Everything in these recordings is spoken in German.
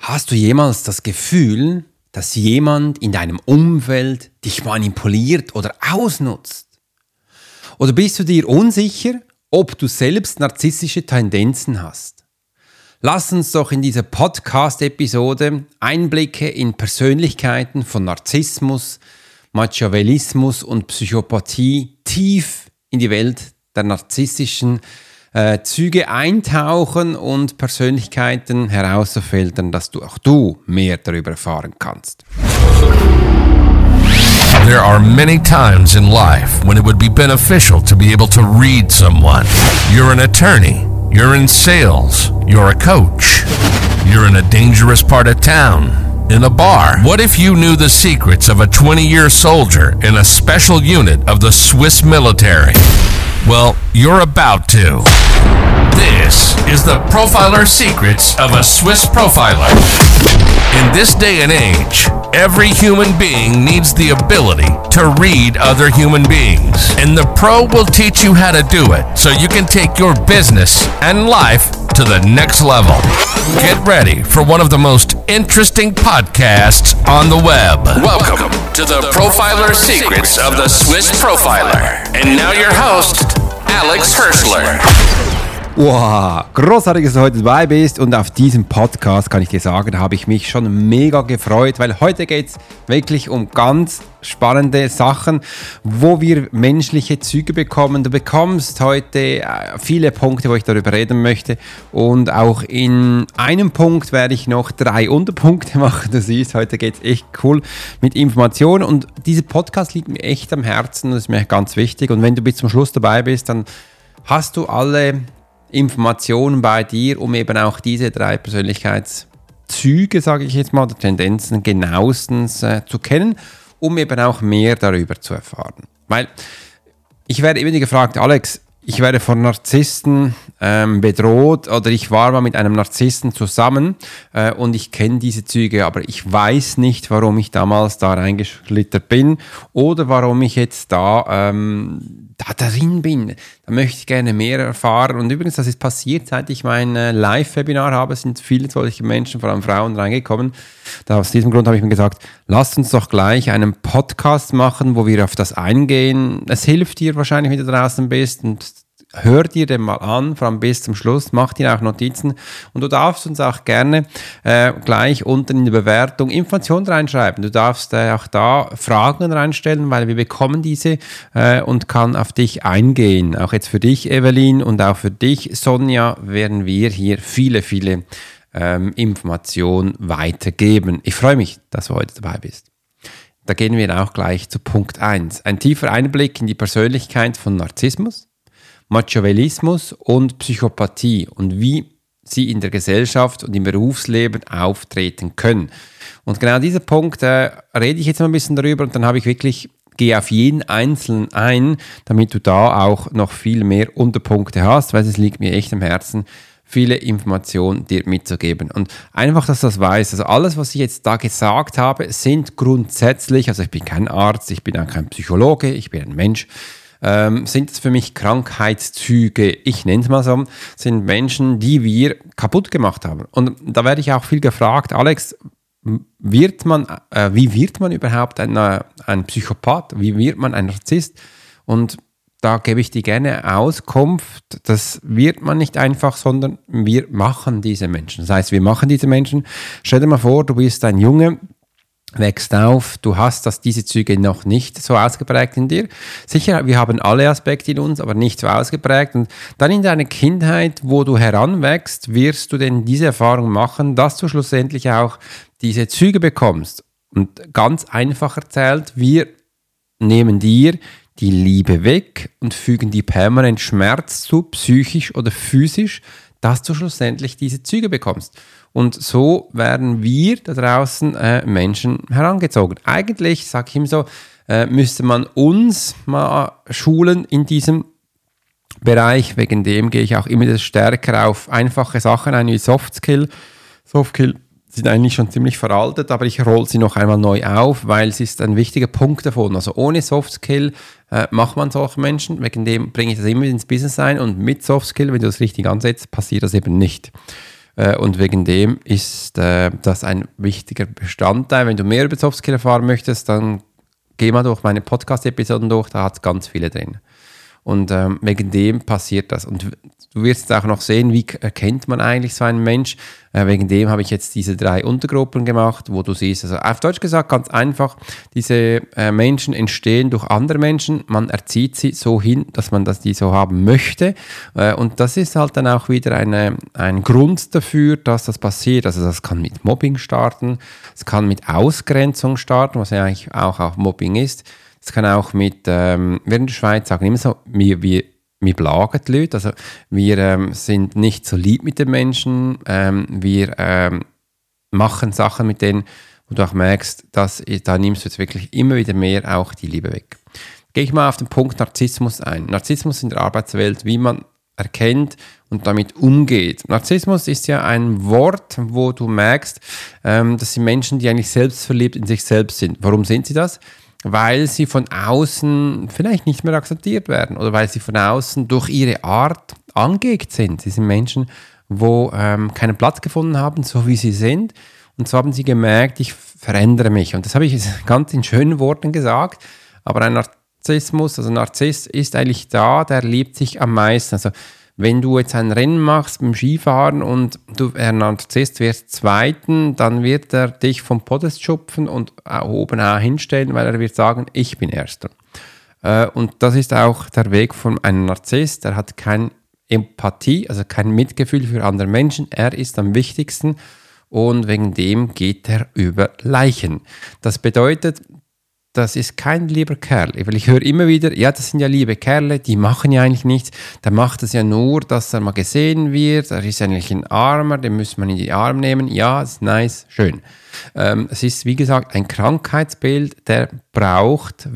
Hast du jemals das Gefühl, dass jemand in deinem Umfeld dich manipuliert oder ausnutzt? Oder bist du dir unsicher, ob du selbst narzisstische Tendenzen hast? Lass uns doch in dieser Podcast-Episode Einblicke in Persönlichkeiten von Narzissmus, Machiavellismus und Psychopathie tief in die Welt der narzisstischen Züge eintauchen und Persönlichkeiten herauszufiltern, dass auch du mehr darüber erfahren kannst. There are many times in life when it would be beneficial to be able to read someone. You're an attorney, you're in sales, you're a coach, you're in a dangerous part of town, in a bar. What if you knew the secrets of a 20-year soldier in a special unit of the Swiss military? Well, you're about to. This is the Profiler Secrets of a Swiss Profiler. In this day and age, every human being needs the ability to read other human beings. And the pro will teach you how to do it so you can take your business and life to the next level. Get ready for one of the most interesting podcasts on the web. Welcome to the Profiler Secrets of the Swiss Profiler. And now your host, Alex Hirschler. Wow, großartig, dass du heute dabei bist und auf diesem Podcast kann ich dir sagen, da habe ich mich schon mega gefreut, weil heute geht es wirklich um ganz spannende Sachen, wo wir menschliche Züge bekommen. Du bekommst heute viele Punkte, wo ich darüber reden möchte, und auch in einem Punkt werde ich noch 3 Unterpunkte machen. Du siehst, heute geht es echt cool mit Informationen, und dieser Podcast liegt mir echt am Herzen, das ist mir ganz wichtig, und wenn du bis zum Schluss dabei bist, dann hast du alle Informationen bei dir, um eben auch diese 3 Persönlichkeitszüge, sage ich jetzt mal, oder Tendenzen genauestens zu kennen, um eben auch mehr darüber zu erfahren. Weil ich werde immer gefragt, Alex, ich werde von Narzissten bedroht, oder ich war mal mit einem Narzissten zusammen und ich kenne diese Züge, aber ich weiß nicht, warum ich damals da reingeschlittert bin oder warum ich jetzt da darin bin. Da möchte ich gerne mehr erfahren. Und übrigens, das ist passiert, seit ich mein Live-Webinar habe, sind viele solche Menschen, vor allem Frauen, reingekommen. Aus diesem Grund habe ich mir gesagt, lasst uns doch gleich einen Podcast machen, wo wir auf das eingehen. Es hilft dir wahrscheinlich, wenn du draußen bist, und hör dir den mal an, vor allem bis zum Schluss, mach dir auch Notizen, und du darfst uns auch gerne gleich unten in die Bewertung Informationen reinschreiben. Du darfst auch da Fragen reinstellen, weil wir bekommen diese und kann auf dich eingehen. Auch jetzt für dich, Evelyn, und auch für dich, Sonja, werden wir hier viele Informationen weitergeben. Ich freue mich, dass du heute dabei bist. Da gehen wir auch gleich zu Punkt 1. Ein tiefer Einblick in die Persönlichkeit von Narzissmus, Machiavellismus und Psychopathie und wie sie in der Gesellschaft und im Berufsleben auftreten können. Und genau dieser Punkt rede ich jetzt mal ein bisschen darüber, und dann gehe auf jeden Einzelnen ein, damit du da auch noch viel mehr Unterpunkte hast, weil es liegt mir echt am Herzen, viele Informationen dir mitzugeben. Und einfach, dass du das weißt, also alles, was ich jetzt da gesagt habe, sind grundsätzlich, also ich bin kein Arzt, ich bin auch kein Psychologe, ich bin ein Mensch, sind es für mich Krankheitszüge, ich nenne es mal so, sind Menschen, die wir kaputt gemacht haben. Und da werde ich auch viel gefragt, Alex, wie wird man überhaupt ein Psychopath? Wie wird man ein Narzisst? Und da gebe ich dir gerne Auskunft, das wird man nicht einfach, sondern wir machen diese Menschen. Das heißt, wir machen diese Menschen. Stell dir mal vor, du bist ein Junge, wächst auf, du hast diese Züge noch nicht so ausgeprägt in dir. Sicher, wir haben alle Aspekte in uns, aber nicht so ausgeprägt. Und dann in deiner Kindheit, wo du heranwächst, wirst du denn diese Erfahrung machen, dass du schlussendlich auch diese Züge bekommst. Und ganz einfach erzählt, wir nehmen dir die Liebe weg und fügen dir permanent Schmerz zu, psychisch oder physisch, dass du schlussendlich diese Züge bekommst. Und so werden wir da draußen Menschen herangezogen. Eigentlich, sage ich ihm so, müsste man uns mal schulen in diesem Bereich. Wegen dem gehe ich auch immer stärker auf einfache Sachen ein wie Softskill. Softskill sind eigentlich schon ziemlich veraltet, aber ich rolle sie noch einmal neu auf, weil es ist ein wichtiger Punkt davon. Also ohne Softskill macht man solche Menschen. Wegen dem bringe ich das immer ins Business ein, und mit Softskill, wenn du das richtig ansetzt, passiert das eben nicht. Und wegen dem ist das ein wichtiger Bestandteil. Wenn du mehr über Soft Skill erfahren möchtest, dann geh mal durch meine Podcast-Episoden durch, da hat es ganz viele drin. Und wegen dem passiert das. Und du wirst auch noch sehen, wie erkennt man eigentlich so einen Mensch. Wegen dem habe ich jetzt diese 3 Untergruppen gemacht, wo du siehst, also auf Deutsch gesagt, ganz einfach, diese Menschen entstehen durch andere Menschen. Man erzieht sie so hin, dass man die so haben möchte. Und das ist halt dann auch wieder ein Grund dafür, dass das passiert. Also das kann mit Mobbing starten, es kann mit Ausgrenzung starten, was ja eigentlich auch Mobbing ist. Es kann auch mit, wir in der Schweiz sagen immer so, wir plagen die Leute, also wir sind nicht so lieb mit den Menschen, wir machen Sachen mit denen, wo du auch merkst, dass da nimmst du jetzt wirklich immer wieder mehr auch die Liebe weg. Gehe ich mal auf den Punkt Narzissmus ein. Narzissmus in der Arbeitswelt, wie man erkennt und damit umgeht. Narzissmus ist ja ein Wort, wo du merkst, das sind Menschen, die eigentlich selbstverliebt in sich selbst sind. Warum sind sie das? Weil sie von außen vielleicht nicht mehr akzeptiert werden oder weil sie von außen durch ihre Art angeeckt sind. Sie sind Menschen, wo keinen Platz gefunden haben, so wie sie sind. Und so haben sie gemerkt, ich verändere mich. Und das habe ich jetzt ganz in schönen Worten gesagt. Aber ein Narziss ist eigentlich da, der liebt sich am meisten. Also wenn du jetzt ein Rennen machst beim Skifahren und du Narzisst wirst Zweiten, dann wird er dich vom Podest schupfen und oben auch hinstellen, weil er wird sagen, ich bin Erster. Und das ist auch der Weg von einem Narzisst. Er hat keine Empathie, also kein Mitgefühl für andere Menschen. Er ist am wichtigsten und wegen dem geht er über Leichen. Das bedeutet, das ist kein lieber Kerl. Weil ich höre immer wieder, ja, das sind ja liebe Kerle, die machen ja eigentlich nichts. Der macht es ja nur, dass er mal gesehen wird. Er ist eigentlich ein Armer, den muss man in die Arme nehmen. Ja, ist nice, schön. Es ist, wie gesagt, ein Krankheitsbild, der braucht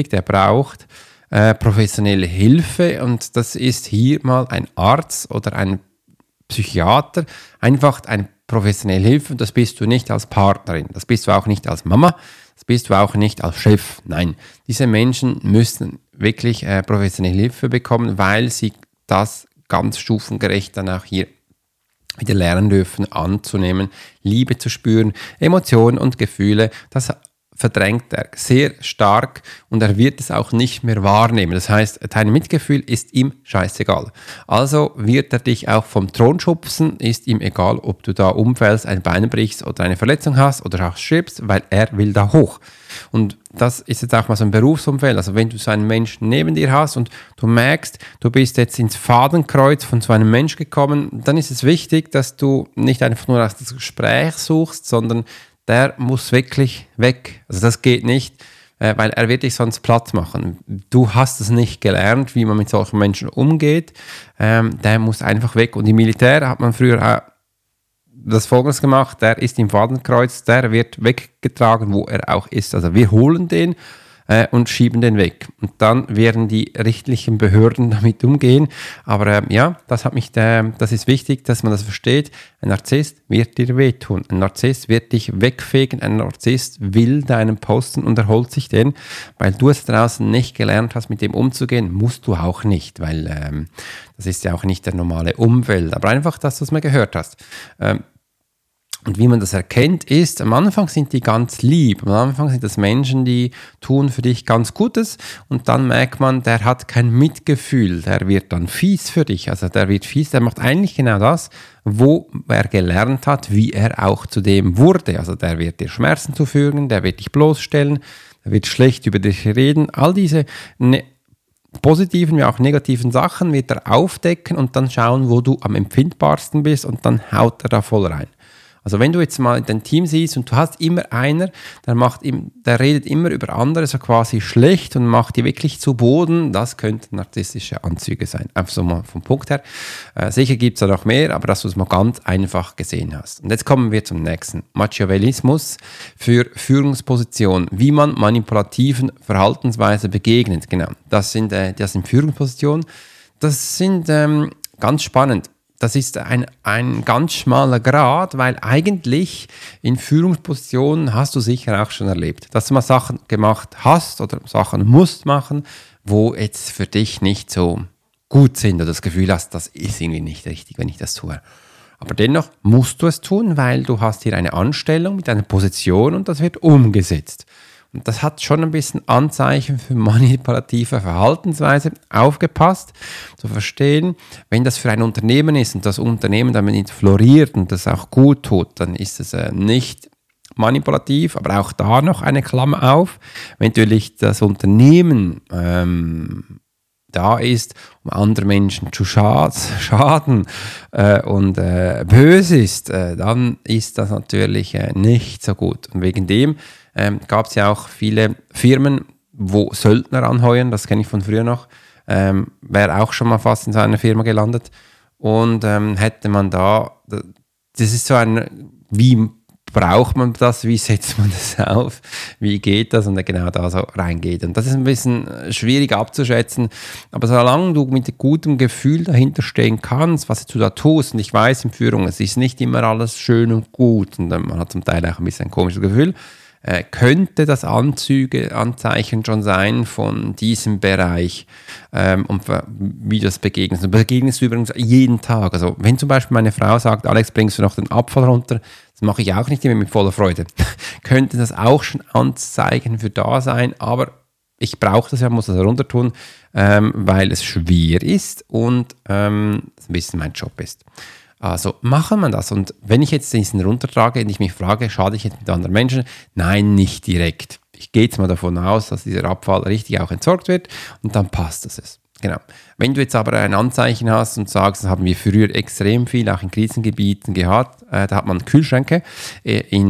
professionelle Hilfe. Und das ist hier mal ein Arzt oder ein Psychiater. Einfach eine professionelle Hilfe. Das bist du nicht als Partnerin. Das bist du auch nicht als Mama. Das bist du auch nicht als Chef. Nein, diese Menschen müssen wirklich professionelle Hilfe bekommen, weil sie das ganz stufengerecht dann auch hier wieder lernen dürfen, anzunehmen, Liebe zu spüren, Emotionen und Gefühle. Das verdrängt er sehr stark und er wird es auch nicht mehr wahrnehmen. Das heißt, dein Mitgefühl ist ihm scheißegal. Also wird er dich auch vom Thron schubsen, ist ihm egal, ob du da umfällst, ein Bein brichst oder eine Verletzung hast oder auch stirbst, weil er will da hoch. Und das ist jetzt auch mal so ein Berufsumfeld. Also wenn du so einen Menschen neben dir hast und du merkst, du bist jetzt ins Fadenkreuz von so einem Mensch gekommen, dann ist es wichtig, dass du nicht einfach nur das Gespräch suchst, sondern der muss wirklich weg. Also das geht nicht, weil er wird dich sonst Platz machen. Du hast es nicht gelernt, wie man mit solchen Menschen umgeht. Der muss einfach weg. Und im Militär hat man früher das Folgendes gemacht, der ist im Fadenkreuz, der wird weggetragen, wo er auch ist. Also wir holen den und schieben den weg. Und dann werden die rechtlichen Behörden damit umgehen. Aber ja, das ist wichtig, dass man das versteht. Ein Narzisst wird dir wehtun. Ein Narzisst wird dich wegfegen. Ein Narzisst will deinen Posten und erholt sich den. Weil du es draußen nicht gelernt hast, mit dem umzugehen, musst du auch nicht. Weil das ist ja auch nicht der normale Umfeld. Aber einfach, dass du es mal gehört hast. Und wie man das erkennt, ist, am Anfang sind die ganz lieb. Am Anfang sind das Menschen, die tun für dich ganz Gutes. Und dann merkt man, der hat kein Mitgefühl. Der wird dann fies für dich. Also der wird fies, der macht eigentlich genau das, wo er gelernt hat, wie er auch zu dem wurde. Also der wird dir Schmerzen zufügen, der wird dich bloßstellen, der wird schlecht über dich reden. All diese positiven wie auch negativen Sachen wird er aufdecken und dann schauen, wo du am empfindbarsten bist und dann haut er da voll rein. Also wenn du jetzt mal dein Team siehst und du hast immer einer, der redet immer über andere so quasi schlecht und macht die wirklich zu Boden, das könnten narzisstische Anzüge sein. Einfach so mal vom Punkt her. Sicher gibt es da noch mehr, aber dass du es mal ganz einfach gesehen hast. Und jetzt kommen wir zum nächsten. Machiavellismus für Führungsposition. Wie man manipulativen Verhaltensweisen begegnet. Genau, das sind Führungspositionen. Das sind ganz spannend. Das ist ein ganz schmaler Grat, weil eigentlich in Führungspositionen hast du sicher auch schon erlebt, dass du mal Sachen gemacht hast oder Sachen musst machen, wo jetzt für dich nicht so gut sind oder das Gefühl hast, das ist irgendwie nicht richtig, wenn ich das tue. Aber dennoch musst du es tun, weil du hast hier eine Anstellung mit einer Position und das wird umgesetzt. Und das hat schon ein bisschen Anzeichen für manipulative Verhaltensweise. Aufgepasst, zu verstehen, wenn das für ein Unternehmen ist und das Unternehmen damit floriert und das auch gut tut, dann ist es nicht manipulativ, aber auch da noch eine Klammer auf. Wenn natürlich das Unternehmen da ist, um andere Menschen zu schaden und böse ist, dann ist das natürlich nicht so gut. Und wegen dem gab es ja auch viele Firmen, wo Söldner anheuern, das kenne ich von früher noch, wäre auch schon mal fast in so einer Firma gelandet. Und hätte man da, das ist so ein, wie braucht man das, wie setzt man das auf, wie geht das und er genau da so reingeht. Und das ist ein bisschen schwierig abzuschätzen, aber solange du mit gutem Gefühl dahinter stehen kannst, was du da tust, und ich weiß in Führung, es ist nicht immer alles schön und gut und man hat zum Teil auch ein bisschen ein komisches Gefühl, könnte das Anzeichen schon sein von diesem Bereich und wie du das begegnest. Du begegnest übrigens jeden Tag. Also wenn zum Beispiel meine Frau sagt, Alex, bringst du noch den Abfall runter? Das mache ich auch nicht immer mit voller Freude. Könnte das auch schon Anzeichen für da sein, aber ich brauche das ja, muss das runter tun, weil es schwer ist und es ein bisschen mein Job ist. Also machen wir das. Und wenn ich jetzt diesen runtertrage und ich mich frage, schade ich jetzt mit anderen Menschen? Nein, nicht direkt. Ich gehe jetzt mal davon aus, dass dieser Abfall richtig auch entsorgt wird und dann passt es. Genau. Wenn du jetzt aber ein Anzeichen hast und sagst, das haben wir früher extrem viel, auch in Krisengebieten gehabt, da hat man Kühlschränke in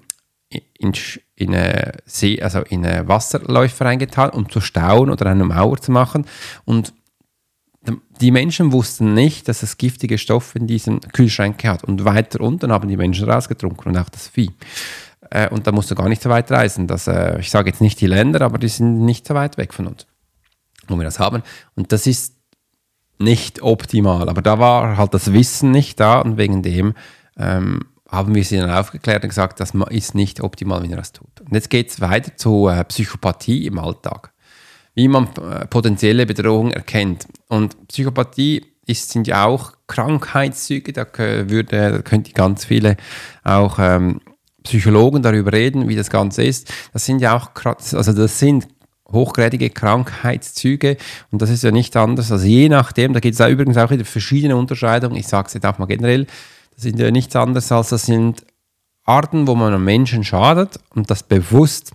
Wasserläufe reingetan, um zu stauen oder eine Mauer zu machen. Und die Menschen wussten nicht, dass es giftige Stoffe in diesen Kühlschränken hat. Und weiter unten haben die Menschen rausgetrunken und auch das Vieh. Und da musst du gar nicht so weit reisen. Ich sage jetzt nicht die Länder, aber die sind nicht so weit weg von uns, wo wir das haben. Und das ist nicht optimal. Aber da war halt das Wissen nicht da und wegen dem haben wir sie dann aufgeklärt und gesagt, das ist nicht optimal, wenn ihr das tut. Und jetzt geht es weiter zu Psychopathie im Alltag. Wie man potenzielle Bedrohungen erkennt. Und Psychopathie sind ja auch Krankheitszüge, da könnte ganz viele auch Psychologen darüber reden, wie das Ganze ist. Das sind ja auch, das sind hochgradige Krankheitszüge und das ist ja nicht anders. Also je nachdem, da gibt es ja übrigens auch wieder verschiedene Unterscheidungen, ich sage es jetzt auch mal generell, das sind ja nichts anderes als das sind Arten, wo man einem Menschen schadet und das bewusst.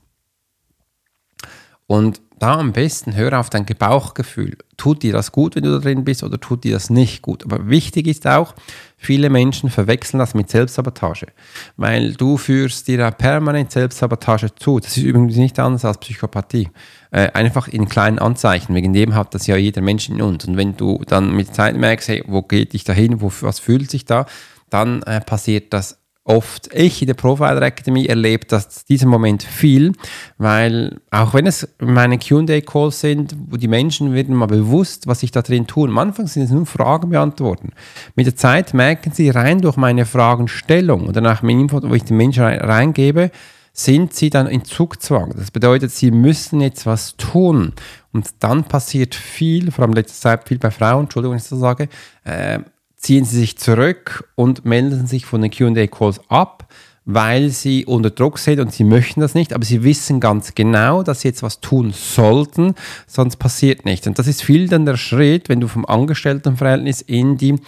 Und da am besten hör auf dein Bauchgefühl. Tut dir das gut, wenn du da drin bist, oder tut dir das nicht gut? Aber wichtig ist auch, viele Menschen verwechseln das mit Selbstsabotage, weil du führst dir permanent Selbstsabotage zu. Das ist übrigens nicht anders als Psychopathie. Einfach in kleinen Anzeichen, wegen dem hat das ja jeder Mensch in uns. Und wenn du dann mit der Zeit merkst, hey, wo geht dich dahin, was fühlt sich da, dann passiert das oft. Ich in der Profiler Academy erlebe dass dieser Moment viel, weil auch wenn es meine Q&A-Calls sind, wo die Menschen werden mal bewusst, was ich da drin tue. Am Anfang sind es nur Fragen beantworten. Mit der Zeit merken sie rein durch meine Fragenstellung oder nach meinem Info, wo ich den Menschen reingebe, sind sie dann in Zugzwang. Das bedeutet, sie müssen jetzt was tun. Und dann passiert viel, vor allem letzte Zeit viel bei Frauen, Entschuldigung, wenn ich das sage, ziehen sie sich zurück und melden sich von den Q&A-Calls ab, weil sie unter Druck sind und sie möchten das nicht, aber sie wissen ganz genau, dass sie jetzt was tun sollten, sonst passiert nichts. Und das ist viel dann der Schritt, wenn du vom Angestelltenverhältnis in die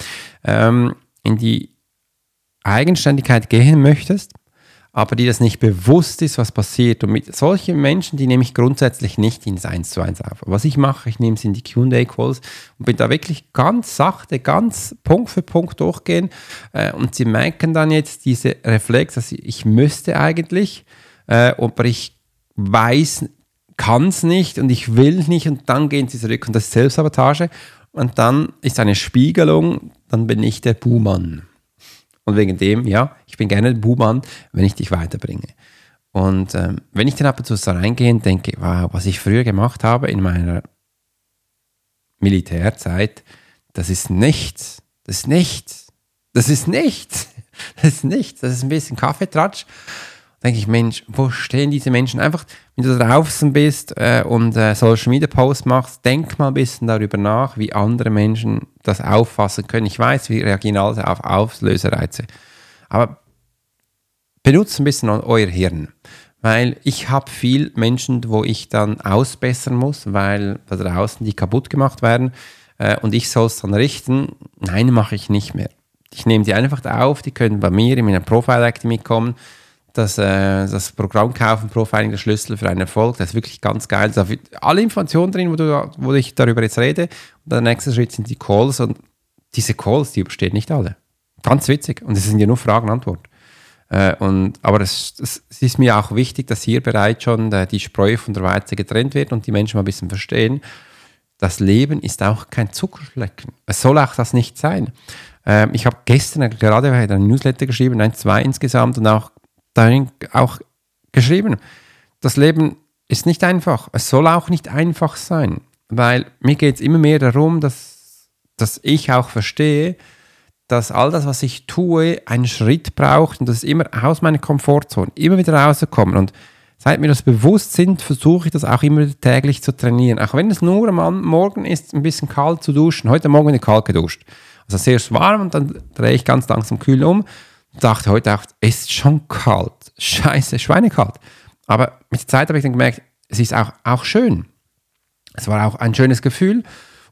Eigenständigkeit gehen möchtest, aber dir das nicht bewusst ist, was passiert. Und mit solchen Menschen, die nehme ich grundsätzlich nicht ins 1:1 auf. Was ich mache, ich nehme sie in die Q&A-Calls und bin da wirklich ganz sachte, ganz Punkt für Punkt durchgehen. Und sie merken dann jetzt diese Reflex, dass ich müsste eigentlich, aber ich kann es nicht und ich will nicht und dann gehen sie zurück und das ist Selbstsabotage. Und dann ist eine Spiegelung, dann bin ich der Buhmann. Und wegen dem, ja, ich bin gerne der Buhmann, wenn ich dich weiterbringe. Und wenn ich dann ab und zu so reingehe und denke, wow, was ich früher gemacht habe in meiner Militärzeit, das ist nichts. Das ist nichts. Das ist nichts. Das ist nichts. Das ist ein bisschen Kaffeetratsch. denke ich, Mensch, wo stehen diese Menschen? Einfach, wenn du draußen bist und Social Media Posts machst, denk mal ein bisschen darüber nach, wie andere Menschen das auffassen können. Ich weiß, wir reagieren alle auf Auslösereize. Aber benutzt ein bisschen euer Hirn. Weil ich habe viel Menschen, wo ich dann ausbessern muss, weil da draußen die kaputt gemacht werden und ich soll es dann richten. Nein, mache ich nicht mehr. Ich nehme die einfach auf, die können bei mir in meiner Profile Academy kommen. Das Programm kaufen, Profiling, der Schlüssel für einen Erfolg, das ist wirklich ganz geil. Da sind alle Informationen drin, wo ich darüber jetzt rede. Und der nächste Schritt sind die Calls und diese Calls, die überstehen nicht alle. Ganz witzig. Und es sind ja nur Fragen und Antworten. Aber es ist mir auch wichtig, dass hier bereits schon die Spreu von der Weizen getrennt wird und die Menschen mal ein bisschen verstehen, das Leben ist auch kein Zuckerschlecken. Es soll auch das nicht sein. Ich habe gestern gerade einen Newsletter geschrieben, 2 insgesamt und auch darin auch geschrieben, das Leben ist nicht einfach. Es soll auch nicht einfach sein, weil mir geht es immer mehr darum, dass ich auch verstehe, dass all das, was ich tue, einen Schritt braucht und das ist immer aus meiner Komfortzone, immer wieder rauszukommen. Und seit mir das bewusst sind, versuche ich das auch immer täglich zu trainieren. Auch wenn es nur am Morgen ist, ein bisschen kalt zu duschen. Heute Morgen bin ich kalt geduscht. Also sehr warm und dann drehe ich ganz langsam kühl um und dachte heute auch, es ist schon kalt. Scheiße, schweinekalt. Aber mit der Zeit habe ich dann gemerkt, es ist auch schön. Es war auch ein schönes Gefühl.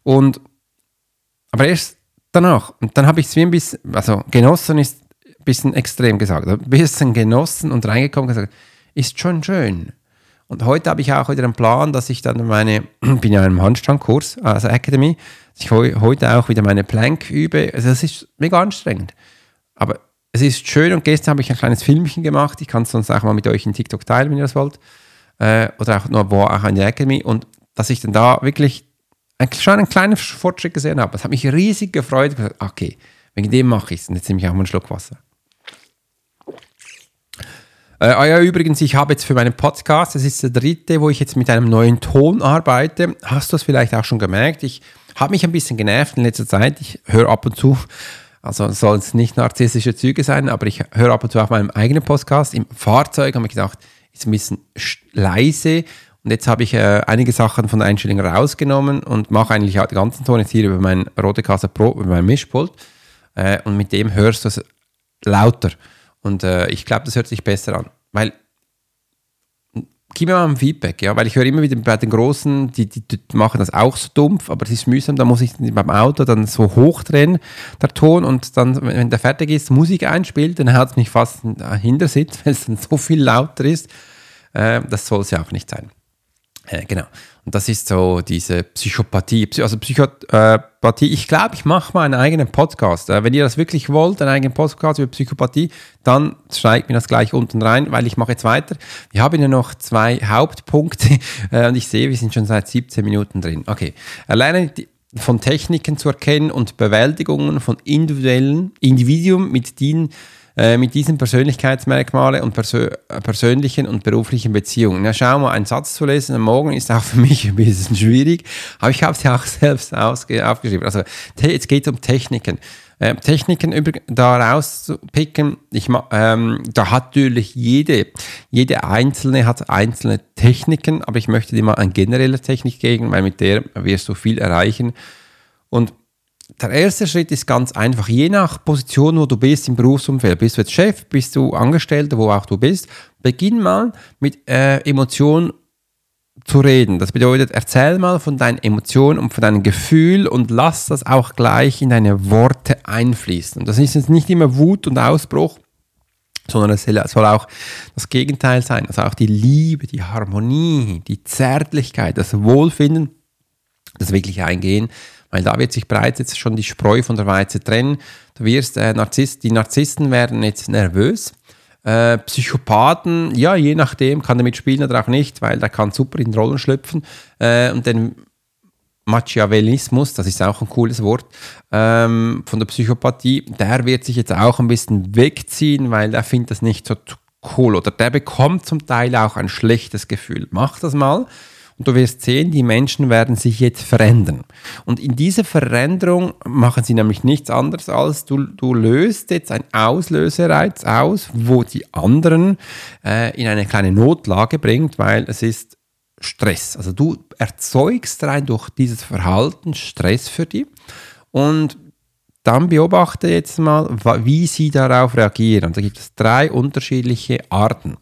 Aber erst danach, und dann habe ich es wie ein bisschen, also genossen ist ein bisschen extrem gesagt, ein bisschen genossen und reingekommen und gesagt, ist schon schön. Und heute habe ich auch wieder einen Plan, dass ich dann bin ja in einem Handstandkurs, also Academy, dass ich heute auch wieder meine Plank übe. Also das ist mega anstrengend. Aber es ist schön und gestern habe ich ein kleines Filmchen gemacht. Ich kann es sonst auch mal mit euch in TikTok teilen, wenn ihr das wollt. Oder auch nur auch in der Academy. Und dass ich dann da wirklich schon einen kleinen Fortschritt gesehen habe. Das hat mich riesig gefreut. Ich habe gesagt, okay, wegen dem mache ich es. Und jetzt nehme ich auch mal einen Schluck Wasser. Ja, übrigens, ich habe jetzt für meinen Podcast, das ist der 3., wo ich jetzt mit einem neuen Ton arbeite. Hast du es vielleicht auch schon gemerkt? Ich habe mich ein bisschen genervt in letzter Zeit. Ich höre ab und zu, also sollen es nicht narzisstische Züge sein, aber ich höre ab und zu auch meinen eigenen Podcast. Im Fahrzeug habe ich gedacht, ist ein bisschen leise. Und jetzt habe ich einige Sachen von der Einstellung rausgenommen und mache eigentlich den ganzen Ton jetzt hier über mein Rodecaster Pro, über mein Mischpult. Und mit dem hörst du es lauter. Und ich glaube, das hört sich besser an. Weil, gib mir mal ein Feedback, ja, weil ich höre immer wieder bei den Großen, die machen das auch so dumpf, aber es ist mühsam, da muss ich beim Auto dann so hochdrehen, der Ton, und dann, wenn der fertig ist, Musik einspielt, dann haut es mich fast hinter Sitz, weil es dann so viel lauter ist. Das soll es ja auch nicht sein. Genau. Und das ist so diese Psychopathie. Ich glaube, ich mache mal einen eigenen Podcast. Wenn ihr das wirklich wollt, einen eigenen Podcast über Psychopathie, dann schreibt mir das gleich unten rein, weil ich mache jetzt weiter. Wir haben ja noch 2 Hauptpunkte und ich sehe, wir sind schon seit 17 Minuten drin. Okay. Alleine von Techniken zu erkennen und Bewältigungen von Individuen mit diesen Persönlichkeitsmerkmale und persönlichen und beruflichen Beziehungen. Na, schau mal, einen Satz zu lesen am Morgen ist auch für mich ein bisschen schwierig, aber ich habe es ja auch selbst aufgeschrieben. Also jetzt geht es um Techniken. Techniken da rauszupicken, da hat natürlich jede Einzelne hat einzelne Techniken, aber ich möchte dir mal eine generelle Technik geben, weil mit der wirst du viel erreichen. Und der erste Schritt ist ganz einfach, je nach Position, wo du bist im Berufsumfeld. Bist du jetzt Chef, bist du Angestellter, wo auch du bist, beginn mal mit Emotionen zu reden. Das bedeutet, erzähl mal von deinen Emotionen und von deinem Gefühl und lass das auch gleich in deine Worte einfließen. Und das ist jetzt nicht immer Wut und Ausbruch, sondern es soll auch das Gegenteil sein. Also auch die Liebe, die Harmonie, die Zärtlichkeit, das Wohlfinden, das wirklich eingehen. Weil da wird sich bereits jetzt schon die Spreu von der Weizen trennen. Du wirst die Narzissten werden jetzt nervös. Psychopathen, ja, je nachdem, kann er mitspielen oder auch nicht, weil der kann super in Rollen schlüpfen. Und den Machiavellismus, das ist auch ein cooles Wort, von der Psychopathie, der wird sich jetzt auch ein bisschen wegziehen, weil der findet das nicht so cool. Oder der bekommt zum Teil auch ein schlechtes Gefühl. Mach das mal. Und du wirst sehen, die Menschen werden sich jetzt verändern. Und in dieser Veränderung machen sie nämlich nichts anderes als, du löst jetzt einen Auslösereiz aus, wo die anderen in eine kleine Notlage bringt, weil es ist Stress. Also du erzeugst rein durch dieses Verhalten Stress für die und dann beobachte jetzt mal, wie sie darauf reagieren. Und da gibt es 3 unterschiedliche Arten.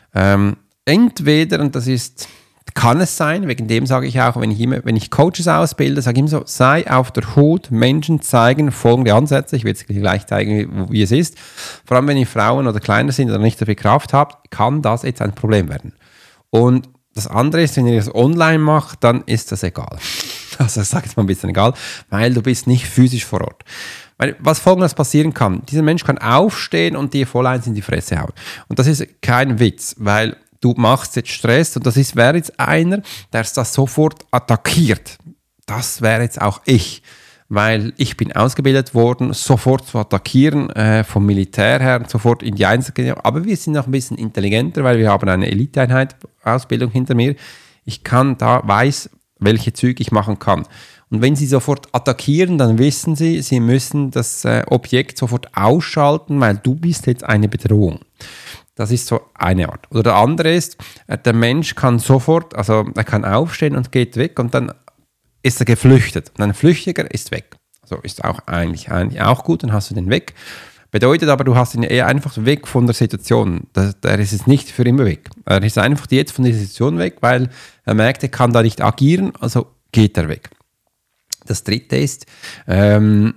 Entweder, und das kann es sein, wegen dem sage ich auch, wenn ich Coaches ausbilde, sage ich immer so, sei auf der Hut, Menschen zeigen folgende Ansätze, ich will es gleich zeigen, wie es ist. Vor allem, wenn ihr Frauen oder kleiner sind oder nicht so viel Kraft habt, kann das jetzt ein Problem werden. Und das andere ist, wenn ihr das online macht, dann ist das egal. Also ich sage jetzt mal ein bisschen egal, weil du bist nicht physisch vor Ort. Weil was Folgendes passieren kann, dieser Mensch kann aufstehen und dir voll eins in die Fresse hauen. Und das ist kein Witz, weil du machst jetzt Stress und wäre jetzt einer, der das sofort attackiert. Das wäre jetzt auch ich, weil ich bin ausgebildet worden, sofort zu attackieren, vom Militär her, sofort in die Einzel. Aber wir sind noch ein bisschen intelligenter, weil wir haben eine Eliteeinheit, Ausbildung hinter mir. Ich weiß, welche Züge ich machen kann. Und wenn sie sofort attackieren, dann wissen sie müssen das Objekt sofort ausschalten, weil du bist jetzt eine Bedrohung. Das ist so eine Art. Oder der andere ist, der Mensch kann sofort, also er kann aufstehen und geht weg und dann ist er geflüchtet. Und ein Flüchtiger ist weg. Also ist auch eigentlich auch gut, dann hast du den weg. Bedeutet aber, du hast ihn eher einfach weg von der Situation. Der ist es nicht für immer weg. Er ist einfach jetzt von der Situation weg, weil er merkt, er kann da nicht agieren, also geht er weg. Das dritte ist, du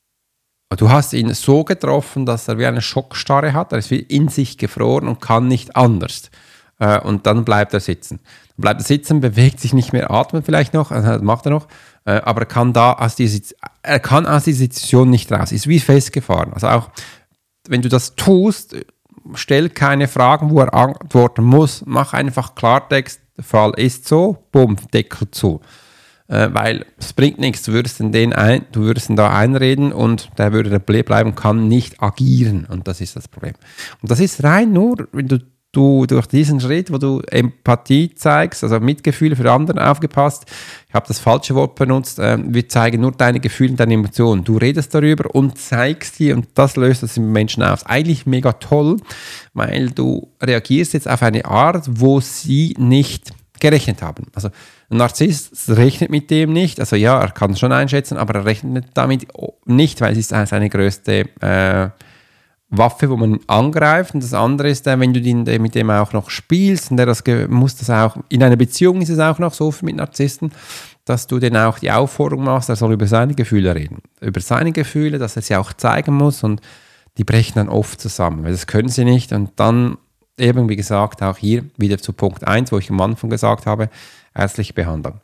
hast ihn so getroffen, dass er wie eine Schockstarre hat, er ist wie in sich gefroren und kann nicht anders. Und dann bleibt er sitzen. Dann bleibt er sitzen, bewegt sich nicht mehr, atmet vielleicht noch, macht er noch, aber er kann aus dieser Situation nicht raus, ist wie festgefahren. Also auch, wenn du das tust, stell keine Fragen, wo er antworten muss, mach einfach Klartext, der Fall ist so, bumm, Deckel zu. Weil es bringt nichts, du würdest ihn da einreden und der würde dabei bleiben, kann nicht agieren und das ist das Problem. Und das ist rein nur, wenn du durch diesen Schritt, wo du Empathie zeigst, also Mitgefühl für anderen, aufgepasst, ich habe das falsche Wort benutzt, wir zeigen nur deine Gefühle und deine Emotionen. Du redest darüber und zeigst sie und das löst das im Menschen aus. Eigentlich mega toll, weil du reagierst jetzt auf eine Art, wo sie nicht gerechnet haben. Also ein Narzisst rechnet mit dem nicht, also ja, er kann es schon einschätzen, aber er rechnet damit nicht, weil es ist seine größte Waffe, wo man angreift. Und das andere ist, wenn du mit dem auch noch spielst, und muss das auch, in einer Beziehung ist es auch noch so mit Narzissten, dass du denen auch die Aufforderung machst, er soll über seine Gefühle reden. Über seine Gefühle, dass er sie auch zeigen muss und die brechen dann oft zusammen, weil das können sie nicht und dann eben, wie gesagt, auch hier wieder zu Punkt 1, wo ich am Anfang gesagt habe, ärztliche Behandlung.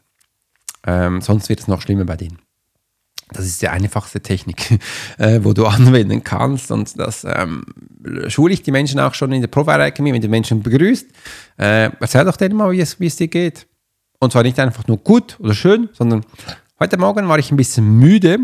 Sonst wird es noch schlimmer bei denen. Das ist die einfachste Technik, wo du anwenden kannst und das schule ich die Menschen auch schon in der Profile Academy, wenn du Menschen begrüßt. Erzähl doch denen mal, wie es dir geht. Und zwar nicht einfach nur gut oder schön, sondern heute Morgen war ich ein bisschen müde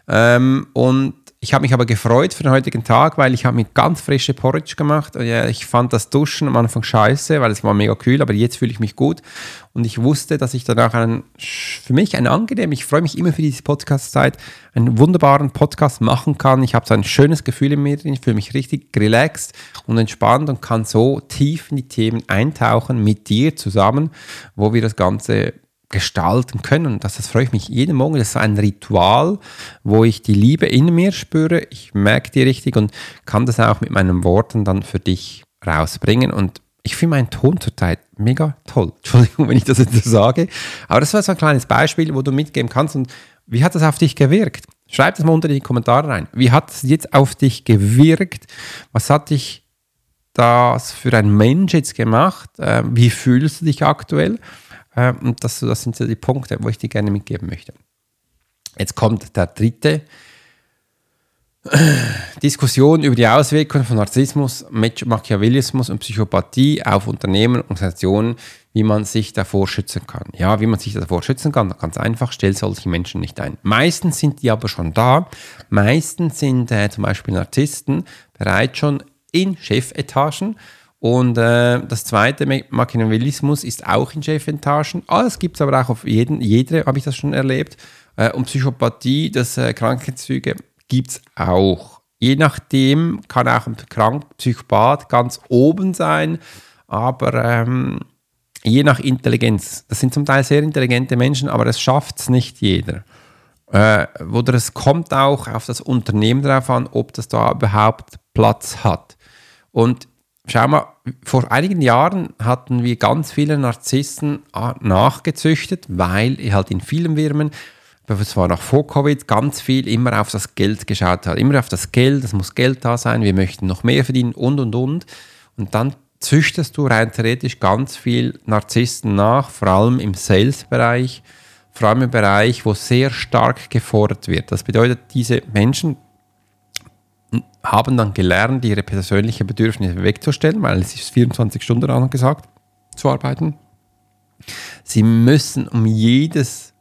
und ich habe mich aber gefreut für den heutigen Tag, weil ich habe mir ganz frische Porridge gemacht. Ich fand das Duschen am Anfang scheiße, weil es war mega kühl, aber jetzt fühle ich mich gut. Und ich wusste, dass ich danach für mich ich freue mich immer für diese Podcast-Zeit, einen wunderbaren Podcast machen kann. Ich habe so ein schönes Gefühl in mir drin, ich fühle mich richtig relaxed und entspannt und kann so tief in die Themen eintauchen mit dir zusammen, wo wir das Ganze gestalten können. Und das freue ich mich jeden Morgen. Das ist ein Ritual, wo ich die Liebe in mir spüre. Ich merke die richtig und kann das auch mit meinen Worten dann für dich rausbringen. Und ich finde meinen Ton zurzeit mega toll. Entschuldigung, wenn ich das jetzt so sage. Aber das war so ein kleines Beispiel, wo du mitgeben kannst. Und wie hat das auf dich gewirkt? Schreib das mal unter die Kommentare rein. Wie hat es jetzt auf dich gewirkt? Was hat dich das für ein Mensch jetzt gemacht? Wie fühlst du dich aktuell? Und das sind so die Punkte, wo ich dir gerne mitgeben möchte. Jetzt kommt der dritte. Diskussion über die Auswirkungen von Narzissmus, Machiavellismus und Psychopathie auf Unternehmen und Organisationen, wie man sich davor schützen kann. Ja, wie man sich davor schützen kann, ganz einfach, stell solche Menschen nicht ein. Meistens sind die aber schon da. Meistens sind zum Beispiel Narzissten bereits schon in Chefetagen Und das zweite, Machiavellismus, ist auch in Chefetagen. Das gibt es aber auch auf jeder habe ich das schon erlebt. Und Psychopathie, das Krankheitszüge, gibt es auch. Je nachdem kann auch ein Psychopath ganz oben sein, aber je nach Intelligenz. Das sind zum Teil sehr intelligente Menschen, aber es schafft es nicht jeder. Oder es kommt auch auf das Unternehmen drauf an, ob das da überhaupt Platz hat. Und schau mal, vor einigen Jahren hatten wir ganz viele Narzissten nachgezüchtet, weil halt in vielen Firmen, das war noch vor Covid, ganz viel immer auf das Geld geschaut hat. Immer auf das Geld, es muss Geld da sein, wir möchten noch mehr verdienen und. Und dann züchtest du rein theoretisch ganz viel Narzissten nach, vor allem im Sales-Bereich, vor allem im Bereich, wo sehr stark gefordert wird. Das bedeutet, diese Menschen haben dann gelernt, ihre persönlichen Bedürfnisse wegzustellen, weil es ist 24 Stunden angesagt, zu arbeiten. Sie müssen um jedes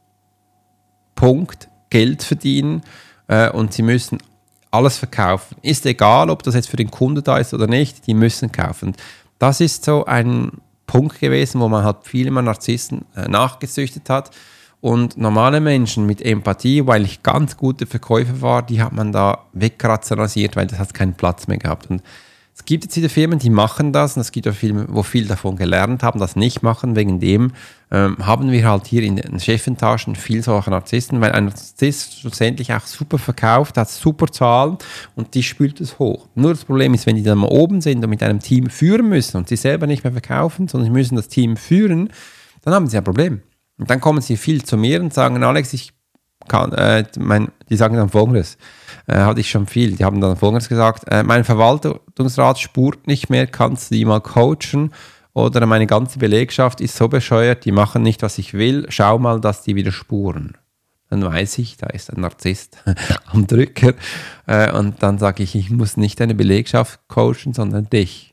Punkt Geld verdienen und sie müssen alles verkaufen. Ist egal, ob das jetzt für den Kunden da ist oder nicht, die müssen kaufen. Das ist so ein Punkt gewesen, wo man halt viele Narzissten nachgezüchtet hat. Und normale Menschen mit Empathie, weil ich ganz gute Verkäufer war, die hat man da wegrationalisiert, weil das hat keinen Platz mehr gehabt. Und es gibt jetzt viele Firmen, die machen das, und es gibt auch Firmen, wo viel davon gelernt haben, das nicht machen. Wegen dem haben wir halt hier in den Chefetagen viel solcher Narzissten, weil ein Narzisst schlussendlich auch super verkauft, hat super Zahlen und die spült es hoch. Nur das Problem ist, wenn die dann mal oben sind und mit einem Team führen müssen und sie selber nicht mehr verkaufen, sondern sie müssen das Team führen, dann haben sie ein Problem. Und dann kommen sie viel zu mir und sagen, Alex, ich kann, die sagen dann Folgendes, hatte ich schon viel, die haben dann Folgendes gesagt, mein Verwaltungsrat spurt nicht mehr, kannst du die mal coachen, oder meine ganze Belegschaft ist so bescheuert, die machen nicht, was ich will, schau mal, dass die wieder spuren. Dann weiß ich, da ist ein Narzisst am Drücker und dann sage ich muss nicht deine Belegschaft coachen, sondern dich.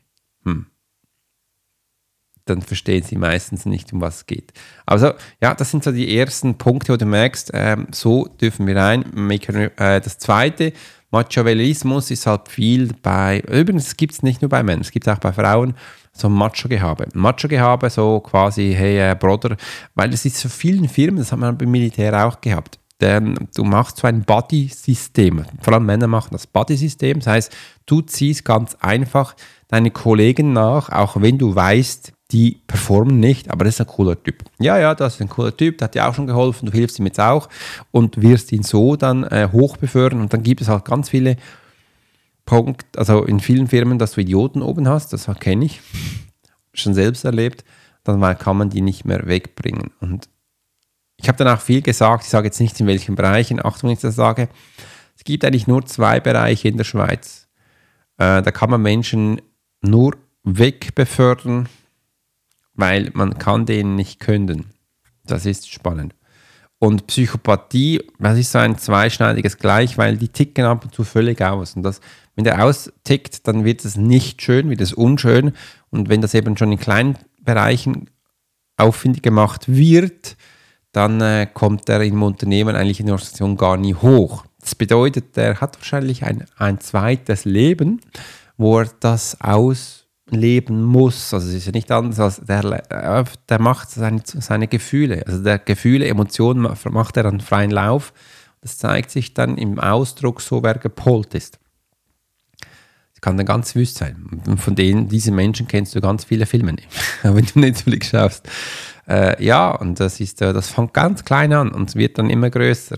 Dann verstehen sie meistens nicht, um was es geht. Also, ja, das sind so die ersten Punkte, wo du merkst, so dürfen wir rein. Das zweite, Machiavellismus ist halt viel übrigens gibt es nicht nur bei Männern, es gibt auch bei Frauen so Macho-Gehabe. Macho-Gehabe, so quasi, hey, Bruder, weil es ist so vielen Firmen, das hat man beim Militär auch gehabt. Du machst so ein Buddy-System, vor allem Männer machen das Buddy-System, das heißt, du ziehst ganz einfach deine Kollegen nach, auch wenn du weißt, die performen nicht, aber das ist ein cooler Typ. Ja, das ist ein cooler Typ, der hat dir auch schon geholfen, du hilfst ihm jetzt auch und wirst ihn so dann hoch befördern und dann gibt es halt ganz viele Punkte, also in vielen Firmen, dass du Idioten oben hast, das kenne ich, schon selbst erlebt, dann kann man die nicht mehr wegbringen. Und ich habe dann auch viel gesagt, ich sage jetzt nicht in welchen Bereichen, Achtung, wenn ich das sage, es gibt eigentlich nur 2 Bereiche in der Schweiz. Da kann man Menschen nur wegbefördern, weil man kann denen nicht künden. Das ist spannend. Und Psychopathie, das ist so ein zweischneidiges Gleich, weil die ticken ab und zu völlig aus. Und wenn der austickt, dann wird es nicht schön, wird es unschön. Und wenn das eben schon in kleinen Bereichen auffindig gemacht wird, dann kommt er im Unternehmen eigentlich in der Organisation gar nie hoch. Das bedeutet, der hat wahrscheinlich ein zweites Leben, wo er das ausleben muss. Also es ist ja nicht anders, als der macht seine Gefühle. Also der Gefühle, Emotionen macht er dann freien Lauf. Das zeigt sich dann im Ausdruck so, wer gepolt ist. Das kann dann ganz wüst sein. Und von diesen Menschen kennst du ganz viele Filme, wenn du Netflix schaust. Und das fängt ganz klein an und wird dann immer größer.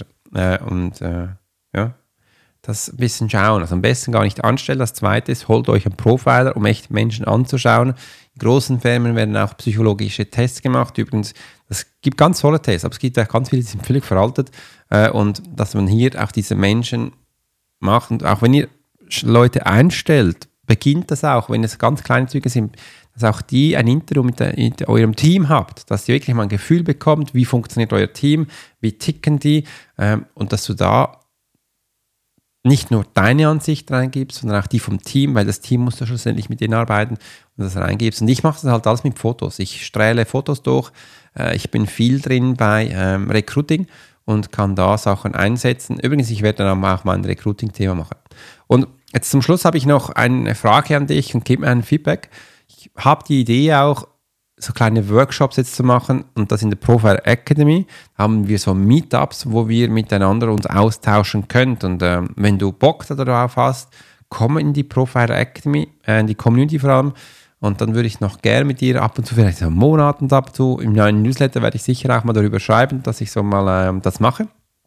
Das ein bisschen schauen. Also am besten gar nicht anstellen. Das zweite ist, holt euch einen Profiler, um echte Menschen anzuschauen. In großen Firmen werden auch psychologische Tests gemacht. Übrigens, es gibt ganz tolle Tests, aber es gibt auch ganz viele, die sind völlig veraltet. Und dass man hier auch diese Menschen macht. Und auch wenn ihr Leute einstellt, beginnt das auch, wenn es ganz kleine Züge sind, dass auch die ein Interview mit eurem Team habt, dass ihr wirklich mal ein Gefühl bekommt, wie funktioniert euer Team, wie ticken die und dass du da nicht nur deine Ansicht reingibst, sondern auch die vom Team, weil das Team muss ja schlussendlich mit denen arbeiten und das reingibst. Und ich mache das halt alles mit Fotos. Ich strähle Fotos durch. Ich bin viel drin bei Recruiting und kann da Sachen einsetzen. Übrigens, ich werde dann auch mal ein Recruiting-Thema machen. Und jetzt zum Schluss habe ich noch eine Frage an dich und gib mir ein Feedback. Ich habe die Idee auch, so kleine Workshops jetzt zu machen und das in der Profiler Academy haben wir so Meetups, wo wir miteinander uns austauschen können und wenn du Bock darauf hast, komm in die Profiler Academy, in die Community vor allem und dann würde ich noch gerne mit dir ab und zu, vielleicht so einen Monat und ab und zu, im neuen Newsletter werde ich sicher auch mal darüber schreiben, dass ich so mal das mache,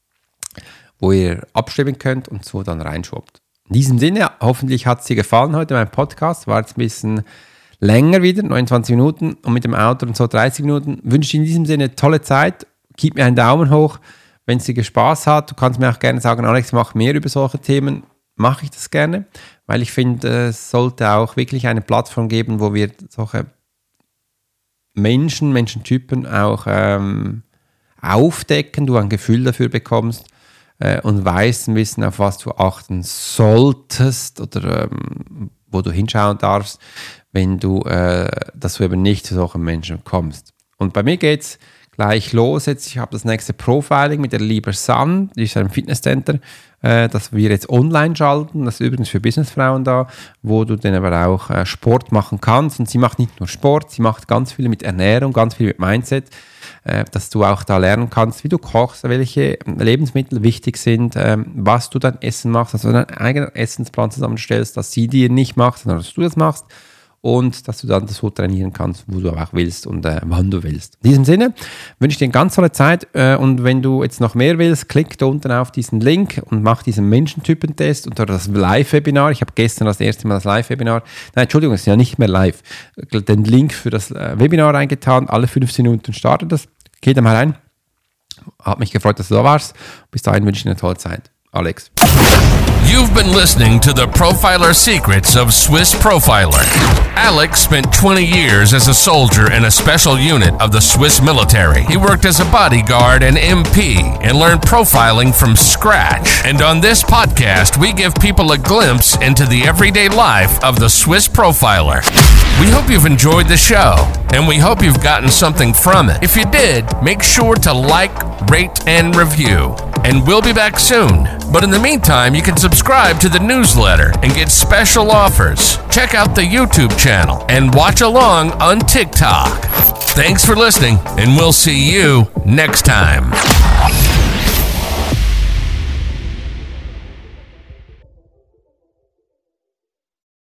wo ihr abstimmen könnt und so dann reinschwappt. In diesem Sinne, hoffentlich hat es dir gefallen heute, mein Podcast, war jetzt ein bisschen länger wieder, 29 Minuten und mit dem Auto und so 30 Minuten. Wünsche ich in diesem Sinne eine tolle Zeit. Gib mir einen Daumen hoch, wenn es dir Spaß hat. Du kannst mir auch gerne sagen, Alex, mach mehr über solche Themen. Mache ich das gerne, weil ich finde, es sollte auch wirklich eine Plattform geben, wo wir solche Menschentypen auch aufdecken, du ein Gefühl dafür bekommst und wissen, auf was du achten solltest oder wo du hinschauen darfst, wenn du, dass du eben nicht zu solchen Menschen kommst. Und bei mir geht es gleich los jetzt. Ich habe das nächste Profiling mit der Lieber Sun, die ist ein Fitnesscenter, das wir jetzt online schalten. Das ist übrigens für Businessfrauen da, wo du dann aber auch Sport machen kannst. Und sie macht nicht nur Sport, sie macht ganz viel mit Ernährung, ganz viel mit Mindset, dass du auch da lernen kannst, wie du kochst, welche Lebensmittel wichtig sind, was du dann Essen machst, dass du deinen eigenen Essensplan zusammenstellst, dass sie dir nicht macht, sondern dass du das machst. Und dass du dann so trainieren kannst, wo du auch willst und wann du willst. In diesem Sinne wünsche ich dir eine ganz tolle Zeit und wenn du jetzt noch mehr willst, klick da unten auf diesen Link und mach diesen Menschentypentest und das Live-Webinar. Ich habe gestern das erste Mal das Live-Webinar, nein, Entschuldigung, es ist ja nicht mehr live, den Link für das Webinar eingetan, alle 15 Minuten startet das. Geh da mal rein. Hat mich gefreut, dass du da warst. Bis dahin wünsche ich dir eine tolle Zeit. Alex. You've been listening to the Profiler Secrets of Swiss Profiler. Alex spent 20 years as a soldier in a special unit of the Swiss military. He worked as a bodyguard and MP and learned profiling from scratch. And on this podcast, we give people a glimpse into the everyday life of the Swiss Profiler. We hope you've enjoyed the show, and we hope you've gotten something from it. If you did, make sure to like, rate, and review. And we'll be back soon. But in the meantime, you can subscribe to the newsletter and get special offers. Check out the YouTube channel and watch along on TikTok. Thanks for listening, and we'll see you next time.